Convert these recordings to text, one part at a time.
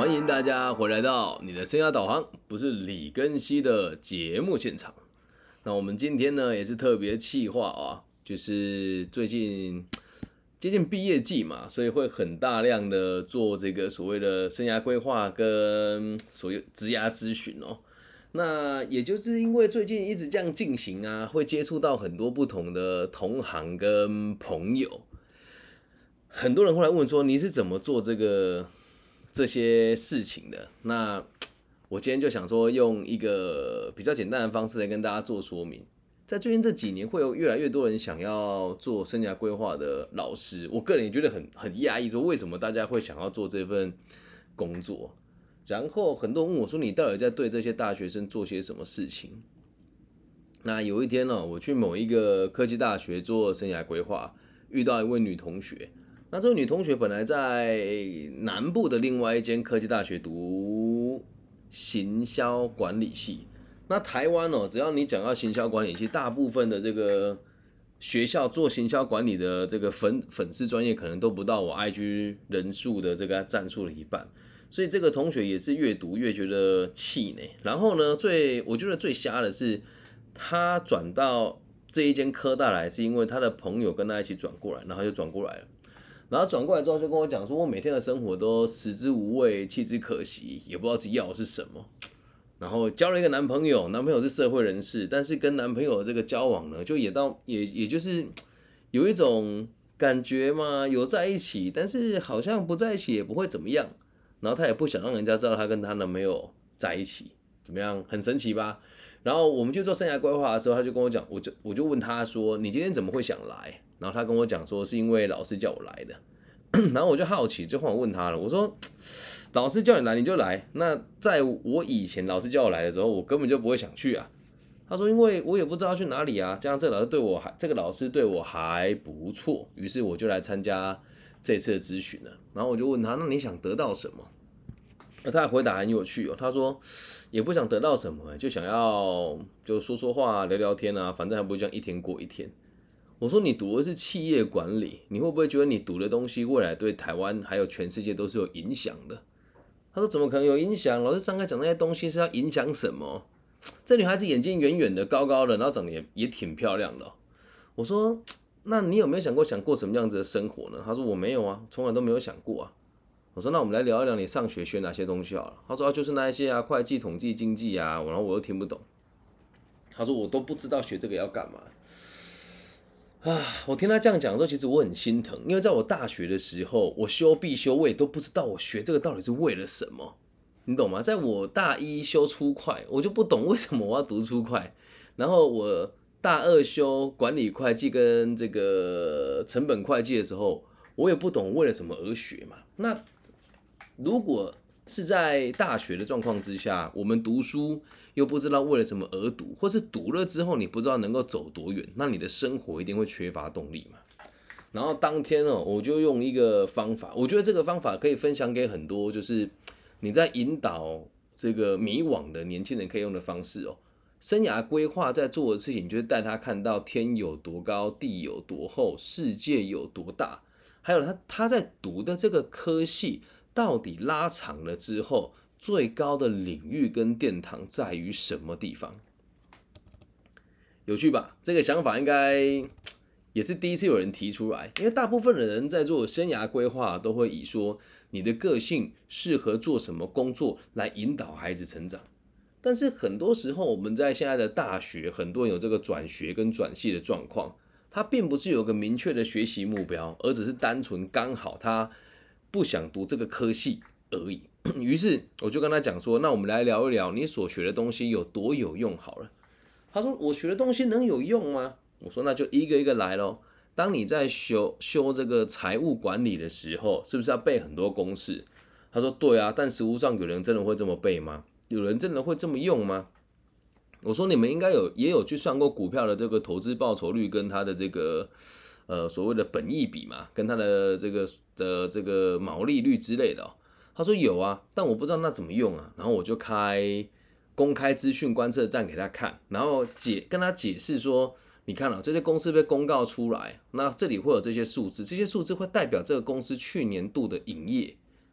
欢迎大家回来到你的生涯导航，不是李根熙的节目现场。那我们今天呢也是特别企划啊，就是最近接近毕业季嘛，所以会很大量的做这个所谓的生涯规划跟所谓职涯咨询哦。那也就是因为最近一直这样进行啊，会接触到很多不同的同行跟朋友，很多人会来问说你是怎么做这些事情的？那我今天就想说用一个比较简单的方式来跟大家做说明。在最近这几年，会有越来越多人想要做生涯规划的老师，我个人也觉得很讶异，说为什么大家会想要做这份工作？然后很多人问我说，你到底在对这些大学生做些什么事情？那有一天呢，我去某一个科技大学做生涯规划，遇到一位女同学。那这位女同学本来在南部的另外一间科技大学读行销管理系。那台湾哦，只要你讲到行销管理系，大部分的这个学校做行销管理的这个粉丝专业，可能都不到我 IG 人数的这个占数的一半。所以这个同学也是越读越觉得气馁。然后呢，我觉得最瞎的是，他转到这一间科大来，是因为他的朋友跟他一起转过来，然后就转过来了。然后转过来之后就跟我讲说，我每天的生活都食之无味，弃之可惜，也不知道自己要的是什么。然后交了一个男朋友，男朋友是社会人士，但是跟男朋友的这个交往呢，就也就是有一种感觉嘛，有在一起，但是好像不在一起也不会怎么样。然后她也不想让人家知道她跟她男朋友在一起，怎么样？很神奇吧？然后我们去做生涯规划的时候，他就跟我讲，我就问他说：“你今天怎么会想来？”然后他跟我讲说，是因为老师叫我来的。然后我就好奇，就换我问他了。我说：“老师叫你来你就来。那在我以前老师叫我来的时候，我根本就不会想去啊。”他说：“因为我也不知道去哪里啊。加上这个老师对我还不错，于是我就来参加这次的咨询了。然后我就问他：那你想得到什么？”他的回答很有趣哦，他说也不想得到什么，就想要就说说话、聊聊天啊，反正还不会这样一天过一天。我说你读的是企业管理，你会不会觉得你读的东西未来对台湾还有全世界都是有影响的？他说怎么可能有影响？老师上课讲那些东西是要影响什么？这女孩子眼睛圆圆的、高高的，然后长得也挺漂亮的哦。我说那你有没有想过什么样子的生活呢？他说我没有啊，从来都没有想过啊。我说那我们来聊一聊你上学学哪些东西好了。他说就是那一些啊，会计、统计、经济啊，然后我又听不懂。他说我都不知道学这个要干嘛啊。我听他这样讲的时候，其实我很心疼，因为在我大学的时候，我修必修，我也都不知道我学这个到底是为了什么，你懂吗？在我大一修初会，我就不懂为什么我要读初会，然后我大二修管理会计跟这个成本会计的时候，我也不懂为了什么而学嘛。那如果是在大学的状况之下，我们读书又不知道为了什么而读，或是读了之后你不知道能够走多远，那你的生活一定会缺乏动力嘛。然后当天哦，我就用一个方法，我觉得这个方法可以分享给很多，就是你在引导这个迷惘的年轻人可以用的方式哦。生涯规划在做的事情，就是带他看到天有多高，地有多厚，世界有多大，还有他在读的这个科系到底拉长了之后，最高的领域跟殿堂在于什么地方？有趣吧？这个想法应该也是第一次有人提出来，因为大部分的人在做生涯规划都会以说你的个性适合做什么工作来引导孩子成长。但是很多时候我们在现在的大学，很多人有这个转学跟转系的状况，他并不是有个明确的学习目标，而只是单纯刚好他不想读这个科系而已。于是我就跟他讲说，那我们来聊一聊你所学的东西有多有用好了。他说我学的东西能有用吗？我说那就一个一个来咯。当你在修这个财务管理的时候，是不是要背很多公式？他说对啊，但实务上有人真的会这么背吗？有人真的会这么用吗？我说你们应该也有去算过股票的这个投资报酬率跟它的这个所谓的本益比嘛，跟它的这个毛利率之类的哦。他说有啊，但我不知道那怎么用啊。然后我就开公开资讯观测站给他看，然后跟他解释说，你看这些公司被公告出来，那这里会有这些数字，这些数字会代表这个公司去年度的营业。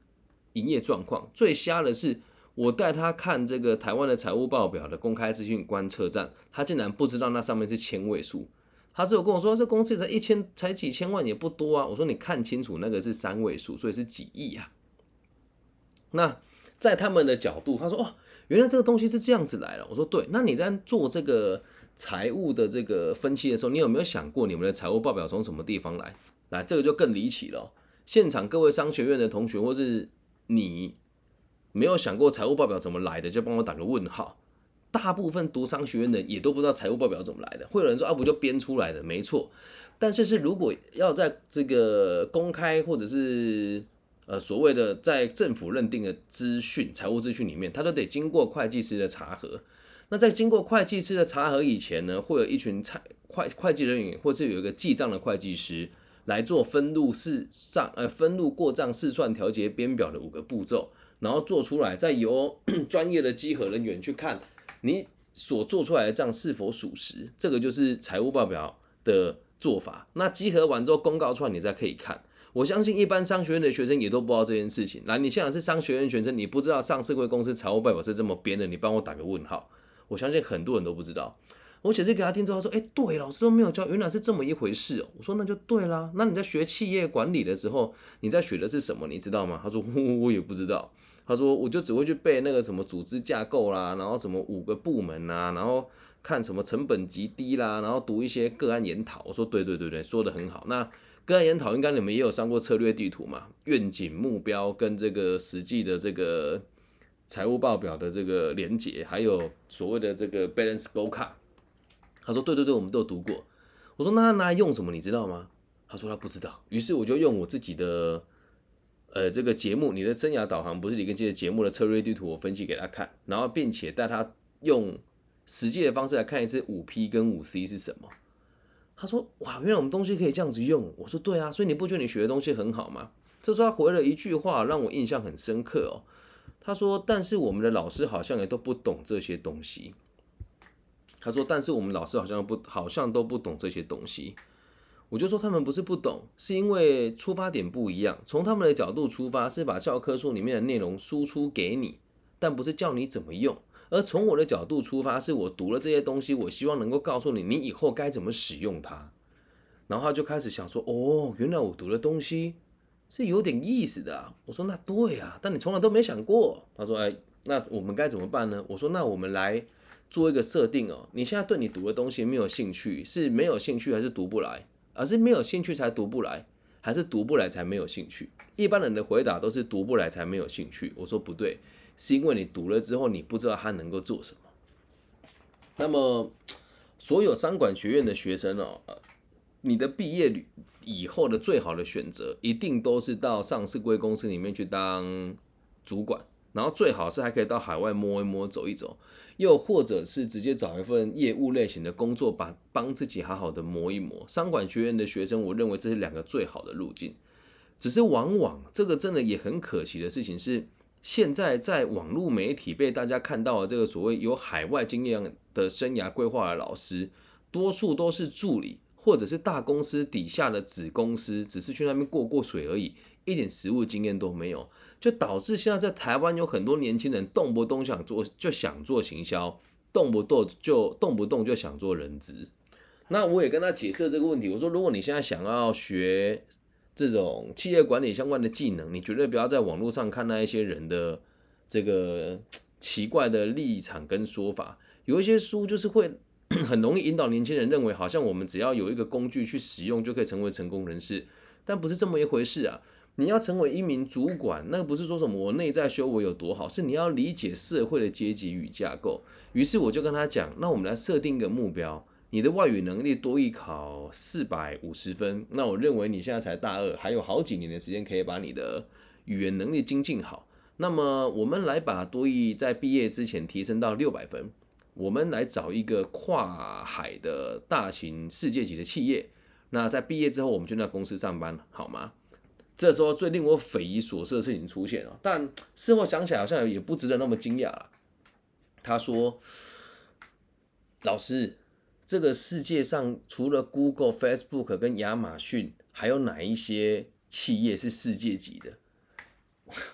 营业状况。最瞎的是，我带他看这个台湾的财务报表的公开资讯观测站，他竟然不知道那上面是千位数。他只有跟我说，这公司才几千万也不多啊。我说你看清楚，那个是3位数，所以是几亿啊。那在他们的角度，他说哦，原来这个东西是这样子来了。我说对，那你在做这个财务的这个分析的时候，你有没有想过你们的财务报表从什么地方来？来，这个就更离奇了哦。现场各位商学院的同学，或是你没有想过财务报表怎么来的，就帮我打个问号。大部分读商学院的也都不知道财务报表怎么来的，会有人说啊，不就编出来的？没错，但是如果要在这个公开或者是所谓的在政府认定的资讯、财务资讯里面，它都得经过会计师的查核。那在经过会计师的查核以前呢，会有一群会计人员，或是有一个记账的会计师来做分录过账、试算、调节、编表的5个步骤，然后做出来，再由专业的稽核人员去看你所做出来的账是否属实。这个就是财务报表的做法。那稽核完之后公告出来，你才可以看。我相信一般商学院的学生也都不知道这件事情。来，你现在是商学院学生，你不知道上市贵公司财务报表是这么编的，你帮我打个问号。我相信很多人都不知道。我解释给他听之后，他说：“对，老师都没有教，原来是这么一回事哦。”我说：“那就对啦。那你在学企业管理的时候，你在学的是什么？你知道吗？”他说：“我也不知道。”他说：“我就只会去背那个什么组织架构啦，然后什么5个部门啊，然后看什么成本极低啦，然后读一些个案研讨。”我说：“对，说得很好。那个案研讨应该你们也有上过策略地图嘛？愿景、目标跟这个实际的这个财务报表的这个连结，还有所谓的这个 balance scorecard。”他说：“对，我们都有读过。”我说：“那他拿来用什么？你知道吗？”他说：“他不知道。”于是我就用我自己的这个节目，你的生涯导航不是李根基的节目的策略地图，我分析给他看，然后并且带他用实际的方式来看一次5P 跟5C 是什么。他说：“哇，原来我们东西可以这样子用。”我说：“对啊，所以你不觉得你学的东西很好吗？”这时候他回了一句话，让我印象很深刻哦。他说：“但是我们的老师好像也都不懂这些东西。”他说：“但是我们老师好像都不懂这些东西。”我就说他们不是不懂，是因为出发点不一样。从他们的角度出发，是把教科书里面的内容输出给你，但不是叫你怎么用。而从我的角度出发，是我读了这些东西，我希望能够告诉你，你以后该怎么使用它。然后他就开始想说：“哦，原来我读的东西是有点意思的啊。”我说：“那对啊，但你从来都没想过。”他说：“哎，那我们该怎么办呢？”我说：“那我们来做一个设定哦。你现在对你读的东西没有兴趣，是没有兴趣还是读不来？而是没有兴趣才读不来，还是读不来才没有兴趣？”一般人的回答都是读不来才没有兴趣。我说不对，是因为你读了之后，你不知道他能够做什么。那么，所有商管学院的学生哦，你的毕业以后的最好的选择，一定都是到上市柜公司里面去当主管，然后最好是还可以到海外摸一摸、走一走，又或者是直接找一份业务类型的工作，帮自己好好的磨一磨。商管学院的学生，我认为这是2个最好的路径。只是往往这个真的也很可惜的事情是，现在在网络媒体被大家看到的这个所谓有海外经验的生涯规划的老师，多数都是助理，或者是大公司底下的子公司，只是去那边过水而已，一点实务经验都没有，就导致现在在台湾有很多年轻人动不动想做行销，动不动就想做人资。那我也跟他解释这个问题，我说如果你现在想要学这种企业管理相关的技能，你绝对不要在网络上看那一些人的这个奇怪的立场跟说法。有一些书就是会很容易引导年轻人认为，好像我们只要有一个工具去使用，就可以成为成功人士，但不是这么一回事啊。你要成为一名主管，那不是说什么我内在修为有多好，是你要理解社会的阶级与架构。于是我就跟他讲，那我们来设定一个目标，你的外语能力多益考450分，那我认为你现在才大2，还有好几年的时间可以把你的语言能力精进好。那么我们来把多益在毕业之前提升到600分，我们来找一个跨海的大型世界级的企业。那在毕业之后，我们就在公司上班，好吗？这时候最令我匪夷所思的事情出现了，但事后想起来好像也不值得那么惊讶了。他说：“老师，这个世界上除了 Google、Facebook 跟亚马逊，还有哪一些企业是世界级的？”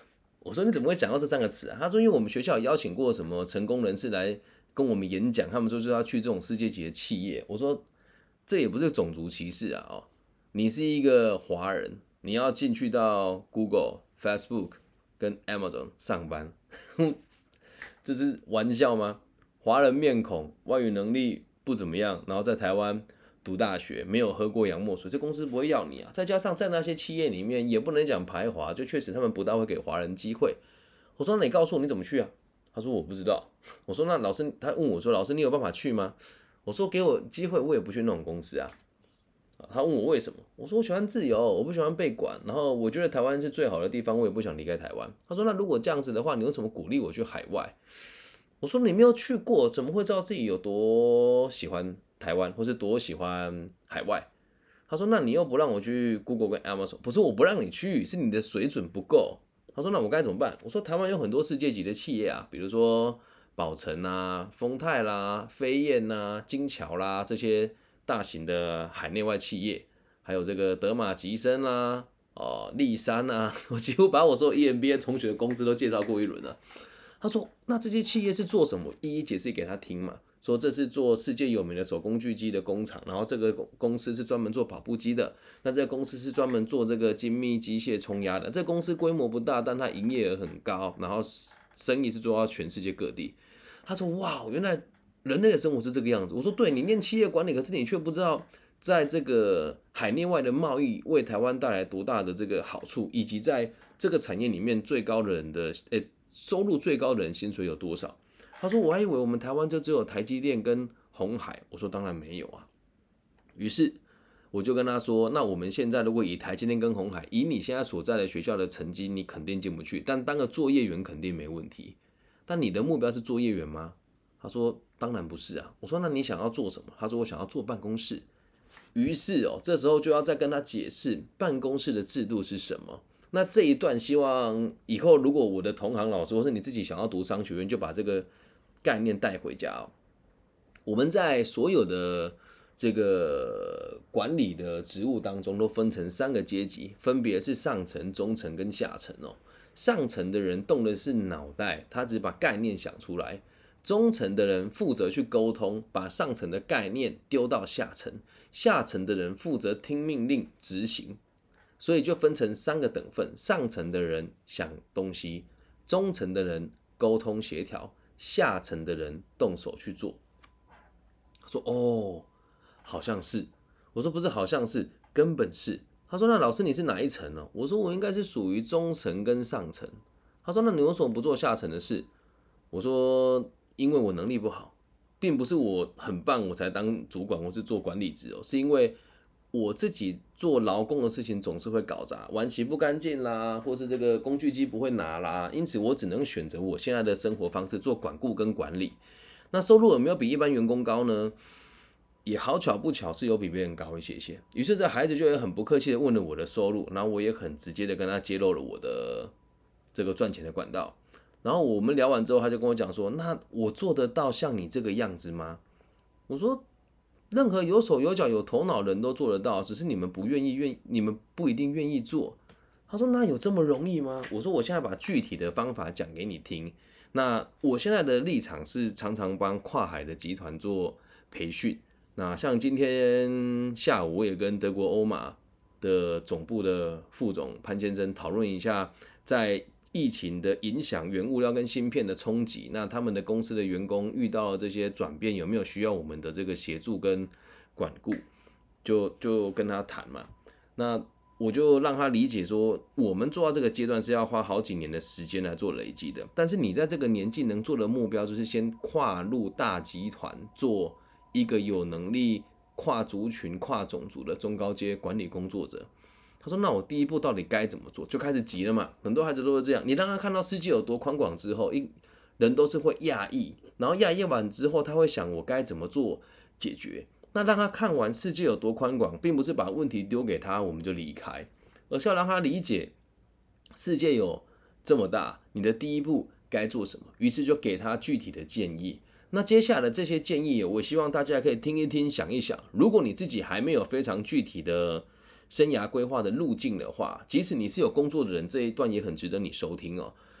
我说你怎么会讲到这3个词啊？他说因为我们学校邀请过什么成功人士来跟我们演讲，他们说是要去这种世界级的企业。我说这也不是种族歧视啊，你是一个华人，你要进去到 Google、Facebook 跟 Amazon 上班，这是玩笑吗？华人面孔，外语能力不怎么样，然后在台湾读大学，没有喝过洋墨水，这公司不会要你啊。再加上在那些企业里面，也不能讲排华，就确实他们不大会给华人机会。我说那你告诉我你怎么去啊？他说我不知道。我说那老师，他问我说老师你有办法去吗？我说给我机会我也不去那种公司啊。他问我为什么，我说我喜欢自由，我不喜欢被管，然后我觉得台湾是最好的地方，我也不想离开台湾。他说那如果这样子的话，你为什么鼓励我去海外？我说你没有去过，怎么会知道自己有多喜欢台湾，或是多喜欢海外？他说那你又不让我去 Google 跟 Amazon， 不是我不让你去，是你的水准不够。他说那我该怎么办？我说台湾有很多世界级的企业啊，比如说宝成啊、丰泰啦、飞燕啦、金桥啦这些大型的海内外企业，还有这个德玛吉生啦、立山啊，我几乎把我所有 EMBA 同学的公司都介绍过一轮了。他说：“那这些企业是做什么？一一解释给他听嘛。说这是做世界有名的手工锯机的工厂，然后这个公司是专门做跑步机的。那这个公司是专门做这个精密机械冲压的。这个公司规模不大，但它营业额很高，然后生意是做到全世界各地。”他说：“哇，原来人类的生活是这个样子。”我说：“对，你念企业管理，可是你却不知道，在这个海内外的贸易为台湾带来多大的这个好处，以及在这个产业里面最高的人的收入最高的人薪水有多少？”他说：“我还以为我们台湾就只有台积电跟鸿海。”我说：“当然没有啊。”于是我就跟他说：“那我们现在如果以台积电跟鸿海，以你现在所在的学校的成绩，你肯定进不去，但当个作业员肯定没问题。但你的目标是作业员吗？”他说：“当然不是啊。”我说：“那你想要做什么？”他说：“我想要坐办公室。”于是这时候就要再跟他解释办公室的制度是什么。那这一段希望以后如果我的同行老师或是你自己想要读商学院，就把这个概念带回家。我们在所有的这个管理的职务当中，都分成3个阶级，分别是上层、中层跟下层哦。上层的人动的是脑袋，他只把概念想出来；中层的人负责去沟通，把上层的概念丢到下层；下层的人负责听命令执行。所以就分成3个等份，上层的人想东西，中层的人沟通协调，下层的人动手去做。他说：“哦，好像是。”我说：“不是好像是，根本是。”他说：“那老师你是哪一层呢？”我说：“我应该是属于中层跟上层。”他说：“那你为什么不做下层的事？”我说：“因为我能力不好，并不是我很棒我才当主管或是做管理职哦，是因为我自己做劳工的事情总是会搞砸，碗洗不干净啦，或是这个工具机不会拿啦，因此我只能选择我现在的生活方式做管顾跟管理。那收入有没有比一般员工高呢？也好巧不巧是有比别人高一些些。于是这孩子就也很不客气的问了我的收入，然后我也很直接的跟他揭露了我的这个赚钱的管道。然后我们聊完之后，他就跟我讲说：“那我做得到像你这个样子吗？”我说：“任何有手有脚有头脑的人都做得到，只是你们不愿意，你们不一定愿意做。”他说：“那有这么容易吗？”我说：“我现在把具体的方法讲给你听。那我现在的立场是常常帮跨海的集团做培训。那像今天下午，我也跟德国欧马的总部的副总潘先生讨论一下，在疫情的影响、原物料跟芯片的冲击，那他们的公司的员工遇到这些转变，有没有需要我们的这个协助跟管顾？就跟他谈嘛。那我就让他理解说，我们做到这个阶段是要花好几年的时间来做累积的。但是你在这个年纪能做的目标，就是先跨入大集团，做一个有能力跨族群、跨种族的中高阶管理工作者。他说：“那我第一步到底该怎么做？”就开始急了嘛。很多孩子都是这样，你让他看到世界有多宽广之后，人都是会讶异，然后讶异完之后，他会想我该怎么做解决。那让他看完世界有多宽广，并不是把问题丢给他我们就离开，而是要让他理解世界有这么大，你的第一步该做什么。于是就给他具体的建议。那接下来的这些建议，我希望大家可以听一听、想一想。如果你自己还没有非常具体的生涯规划的路径的话，即使你是有工作的人，这一段也很值得你收听哦。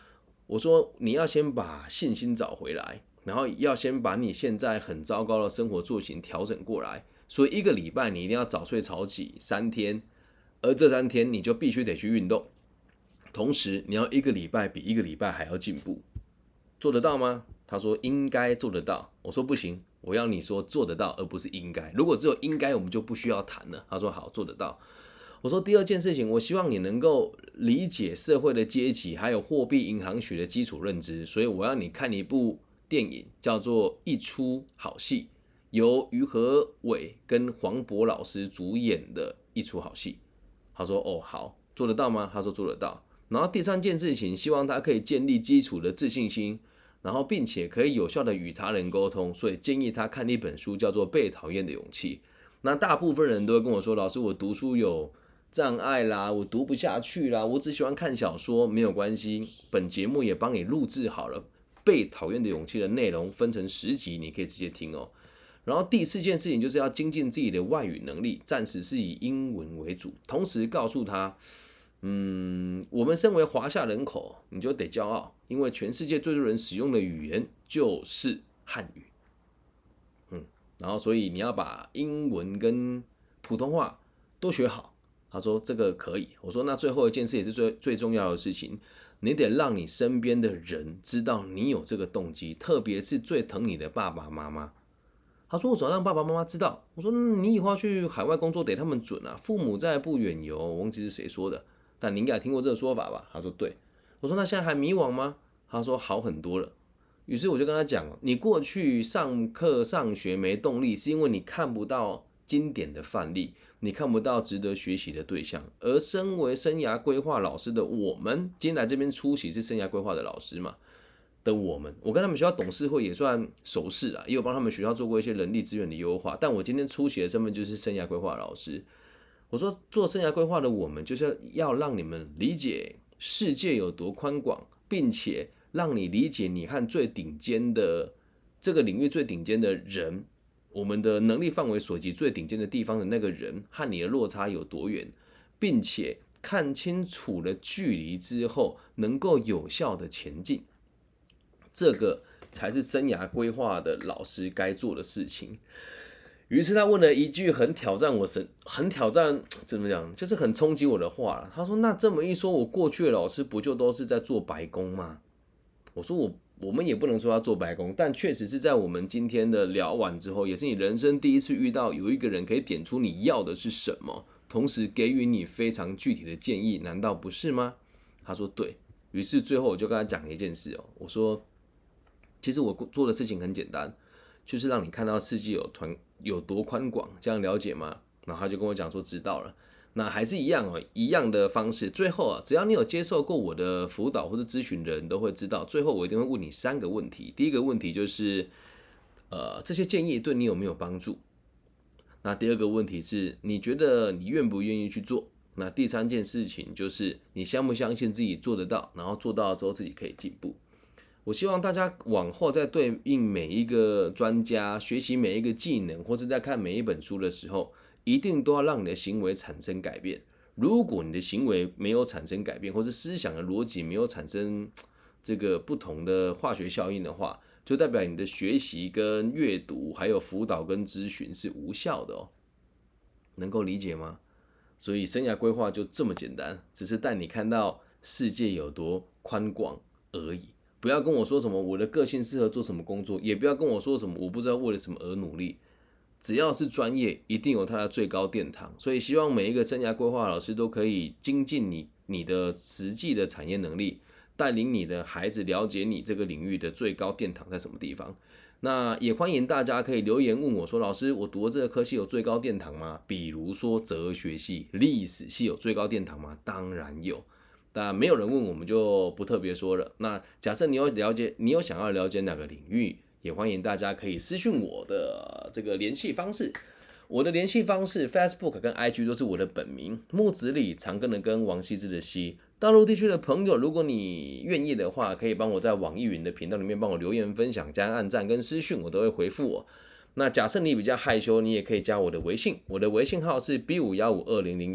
我说你要先把信心找回来，然后要先把你现在很糟糕的生活作息调整过来。所以1个礼拜你一定要早睡早起3天，而这3天你就必须得去运动，同时你要1个礼拜比1个礼拜还要进步，做得到吗？他说应该做得到。我说不行，我要你说做得到，而不是应该。如果只有应该，我们就不需要谈了。他说好，做得到。我说第二件事情，我希望你能够理解社会的阶级，还有货币银行学的基础认知，所以我要你看一部电影，叫做《一出好戏》，由于和伟跟黄渤老师主演的一出好戏。他说哦好，做得到吗？他说做得到。然后第三件事情，希望他可以建立基础的自信心，然后并且可以有效的与他人沟通，所以建议他看一本书，叫做《被讨厌的勇气》。那大部分人都会跟我说，老师我读书有障碍啦，我读不下去啦，我只喜欢看小说。没有关系，本节目也帮你录制好了《被讨厌的勇气》的内容，分成10集，你可以直接听哦。然后第4件事情就是要精进自己的外语能力，暂时是以英文为主，同时告诉他，我们身为华夏人口，你就得骄傲，因为全世界最多人使用的语言就是汉语。然后所以你要把英文跟普通话都学好。他说这个可以。我说那最后一件事也是最重要的事情，你得让你身边的人知道你有这个动机，特别是最疼你的爸爸妈妈。他说我怎么让爸爸妈妈知道？我说你以后要去海外工作得他们准啊，父母在不远游。我忘记是谁说的，但你应该听过这个说法吧？他说对。我说那现在还迷惘吗？他说好很多了。于是我就跟他讲，你过去上课上学没动力，是因为你看不到经典的范例，你看不到值得学习的对象。而身为生涯规划老师的我们，今天来这边出席是生涯规划的老师嘛的我们，我跟他们学校董事会也算熟识啦，也有帮他们学校做过一些人力资源的优化。但我今天出席的身份就是生涯规划老师。我说做生涯规划的我们，就是要让你们理解世界有多宽广，并且让你理解你和最顶尖的这个领域最顶尖的人，我们的能力范围所及最顶尖的地方的那个人和你的落差有多远，并且看清楚了距离之后，能够有效的前进。这个才是生涯规划的老师该做的事情。于是他问了一句很挑战怎么讲，就是很冲击我的话了。他说：“那这么一说，我过去的老师不就都是在做白工吗？”我说我们也不能说要做白工，但确实是在我们今天的聊完之后，也是你人生第一次遇到有一个人可以点出你要的是什么，同时给予你非常具体的建议，难道不是吗？他说对。于是最后我就跟他讲了一件事哦，我说其实我做的事情很简单，就是让你看到世界有多宽广，这样了解吗？然后他就跟我讲说知道了。那还是一样哦，一样的方式。最后啊，只要你有接受过我的辅导或者咨询的人都会知道，最后我一定会问你3个问题。第一个问题就是，这些建议对你有没有帮助？那第二个问题是，你觉得你愿不愿意去做？那第3件事情就是你相不相信自己做得到，然后做到之后自己可以进步。我希望大家往后在对应每一个专家、学习每一个技能，或是在看每一本书的时候，一定都要让你的行为产生改变。如果你的行为没有产生改变，或是思想的逻辑没有产生这个不同的化学效应的话，就代表你的学习跟阅读，还有辅导跟咨询是无效的哦。能够理解吗？所以生涯规划就这么简单，只是带你看到世界有多宽广而已。不要跟我说什么我的个性适合做什么工作，也不要跟我说什么我不知道为了什么而努力。只要是专业，一定有它的最高殿堂。所以希望每一个生涯规划老师都可以精进你的实际的产业能力，带领你的孩子了解你这个领域的最高殿堂在什么地方。那也欢迎大家可以留言问我说，老师，我读的这个科系有最高殿堂吗？比如说哲学系、历史系有最高殿堂吗？当然有。但没有人问，我们就不特别说了。那假设你有想要了解哪个领域，也欢迎大家可以私讯我的这个联系方式。我的联系方式 Facebook 跟 IG 都是我的本名，木子李长庚的庚，王羲之的羲。大陆地区的朋友，如果你愿意的话，可以帮我在网易云的频道里面帮我留言分享、加按赞跟私讯，我都会回复我。那假设你比较害羞，你也可以加我的微信，我的微信号是 B5152001。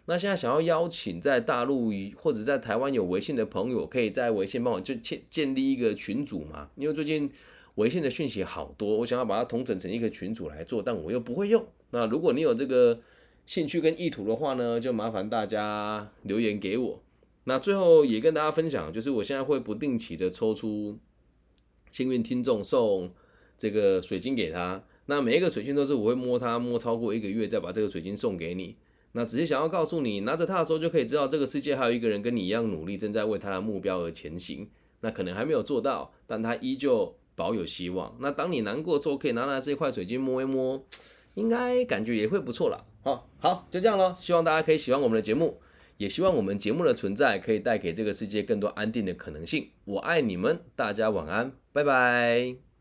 那现在想要邀请在大陆或者在台湾有微信的朋友，可以在微信帮我就建立一个群组嘛？因为最近微信的讯息好多，我想要把它统整成一个群组来做，但我又不会用。那如果你有这个兴趣跟意图的话呢，就麻烦大家留言给我。那最后也跟大家分享，就是我现在会不定期的抽出幸运听众送这个水晶给他。那每一个水晶都是我会摸它摸超过1个月，再把这个水晶送给你。那只是想要告诉你，拿着它的时候就可以知道这个世界还有一个人跟你一样努力，正在为他的目标而前行。那可能还没有做到，但他依旧保有希望。那当你难过之后，可以拿这块水晶摸一摸，应该感觉也会不错啦。好，就这样咯。希望大家可以喜欢我们的节目，也希望我们节目的存在可以带给这个世界更多安定的可能性。我爱你们，大家晚安，拜拜。